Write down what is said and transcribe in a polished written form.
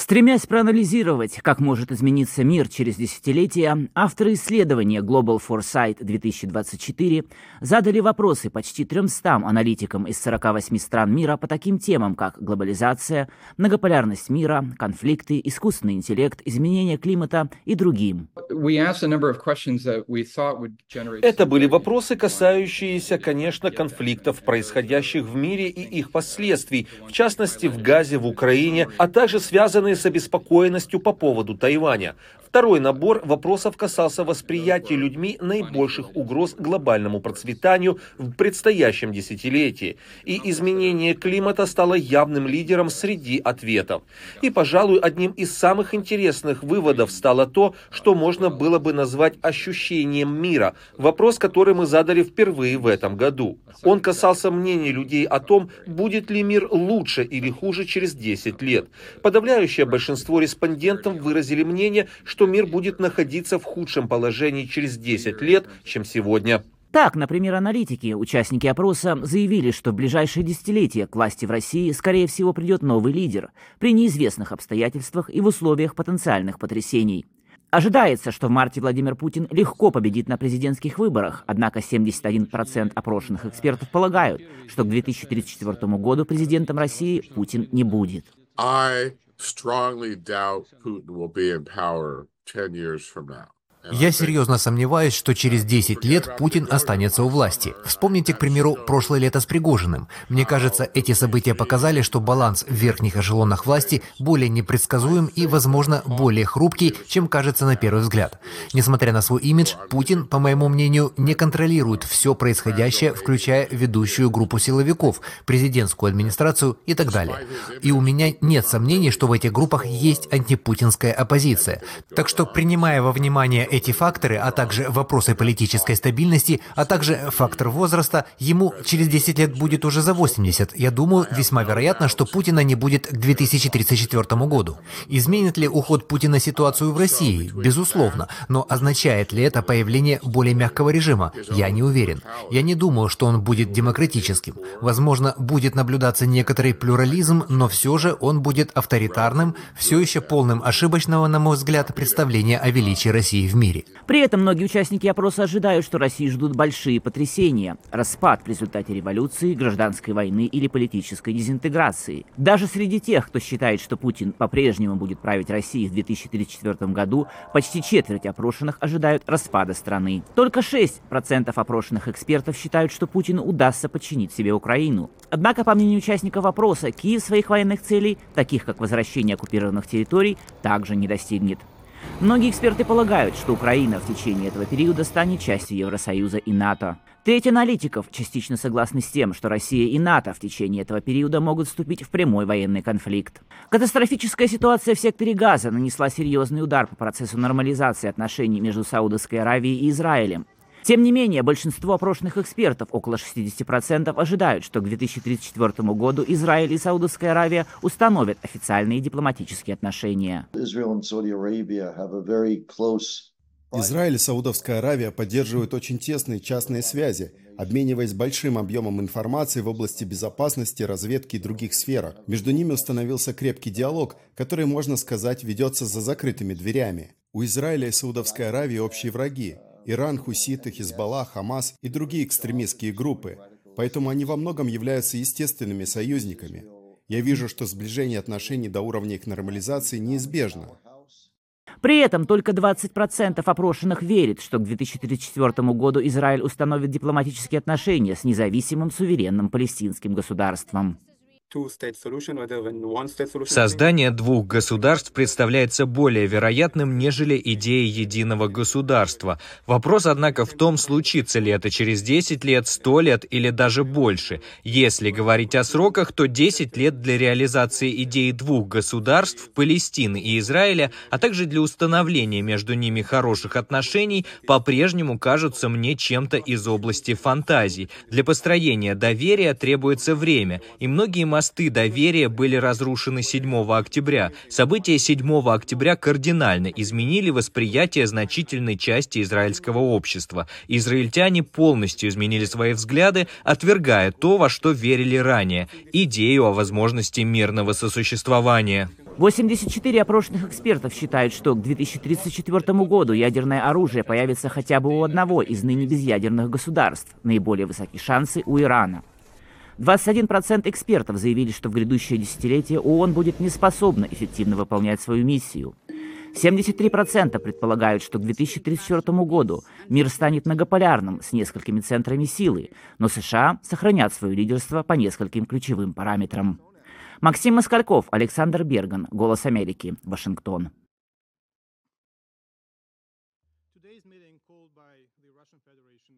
Стремясь проанализировать, как может измениться мир через десятилетия, авторы исследования Global Foresight 2024 задали вопросы почти 300 аналитикам из 48 стран мира по таким темам, как глобализация, многополярность мира, конфликты, искусственный интеллект, изменение климата и другим. Это были вопросы, касающиеся, конечно, конфликтов, происходящих в мире и их последствий, в частности в Газе, в Украине, а также связанные с обеспокоенностью по поводу Тайваня. Второй набор вопросов касался восприятия людьми наибольших угроз глобальному процветанию в предстоящем десятилетии. И изменение климата стало явным лидером среди ответов. И, пожалуй, одним из самых интересных выводов стало то, что можно было бы назвать ощущением мира. Вопрос, который мы задали впервые в этом году. Он касался мнений людей о том, будет ли мир лучше или хуже через 10 лет. Подавляющее большинство респондентов выразили мнение, что мир будет находиться в худшем положении через 10 лет, чем сегодня. Так, например, аналитики, участники опроса, заявили, что в ближайшие десятилетия к власти в России, скорее всего, придет новый лидер при неизвестных обстоятельствах и в условиях потенциальных потрясений. Ожидается, что в марте Владимир Путин легко победит на президентских выборах, однако 71% опрошенных экспертов полагают, что к 2034 году президентом России Путин не будет. Я серьезно сомневаюсь, что через 10 лет Путин останется у власти. Вспомните, к примеру, прошлое лето с Пригожиным. Мне кажется, эти события показали, что баланс в верхних эшелонах власти более непредсказуем и, возможно, более хрупкий, чем кажется на первый взгляд. Несмотря на свой имидж, Путин, по моему мнению, не контролирует все происходящее, включая ведущую группу силовиков, президентскую администрацию и так далее. И у меня нет сомнений, что в этих группах есть антипутинская оппозиция. Так что, принимая во внимание эти факторы, а также вопросы политической стабильности, а также фактор возраста, ему через 10 лет будет уже за 80. Я думаю, весьма вероятно, что Путина не будет к 2034 году. Изменит ли уход Путина ситуацию в России? Безусловно. Но означает ли это появление более мягкого режима? Я не уверен. Я не думаю, что он будет демократическим. Возможно, будет наблюдаться некоторый плюрализм, но все же он будет авторитарным, все еще полным ошибочного, на мой взгляд, представления о величии России в мире. При этом многие участники опроса ожидают, что России ждут большие потрясения, распад в результате революции, гражданской войны или политической дезинтеграции. Даже среди тех, кто считает, что Путин по-прежнему будет править Россией в 2034 году, почти четверть опрошенных ожидают распада страны. Только 6% опрошенных экспертов считают, что Путину удастся подчинить себе Украину. Однако, по мнению участников опроса, Киев своих военных целей, таких как возвращение оккупированных территорий, также не достигнет. Многие эксперты полагают, что Украина в течение этого периода станет частью Евросоюза и НАТО. Треть аналитиков частично согласны с тем, что Россия и НАТО в течение этого периода могут вступить в прямой военный конфликт. Катастрофическая ситуация в секторе Газа нанесла серьезный удар по процессу нормализации отношений между Саудовской Аравией и Израилем. Тем не менее, большинство опрошенных экспертов, около 60%, ожидают, что к 2034 году Израиль и Саудовская Аравия установят официальные дипломатические отношения. Израиль и Саудовская Аравия поддерживают очень тесные частные связи, обмениваясь большим объемом информации в области безопасности, разведки и других сферах. Между ними установился крепкий диалог, который, можно сказать, ведется за закрытыми дверями. У Израиля и Саудовской Аравии общие враги. Иран, хуситы, Хизбалла, Хамас и другие экстремистские группы, поэтому они во многом являются естественными союзниками. Я вижу, что сближение отношений до уровня их нормализации неизбежно. При этом только 20% опрошенных верит, что к 2034 году Израиль установит дипломатические отношения с независимым суверенным палестинским государством. Создание двух государств представляется более вероятным, нежели идея единого государства. Вопрос, однако, в том, случится ли это через 10 лет, 100 лет или даже больше. Если говорить о сроках, то 10 лет для реализации идеи двух государств, Палестины и Израиля, а также для установления между ними хороших отношений, по-прежнему кажутся мне чем-то из области фантазий. Для построения доверия требуется время, и многие мосты доверия были разрушены 7 октября. События 7 октября кардинально изменили восприятие значительной части израильского общества. Израильтяне полностью изменили свои взгляды, отвергая то, во что верили ранее – идею о возможности мирного сосуществования. 84 опрошенных экспертов считают, что к 2034 году ядерное оружие появится хотя бы у одного из ныне безъядерных государств. Наиболее высоки шансы у Ирана. 21% экспертов заявили, что в грядущее десятилетие ООН будет не способна эффективно выполнять свою миссию. 73% предполагают, что к 2034 году мир станет многополярным с несколькими центрами силы, но США сохранят свое лидерство по нескольким ключевым параметрам. Максим Москальков, Александр Берган, «Голос Америки», Вашингтон.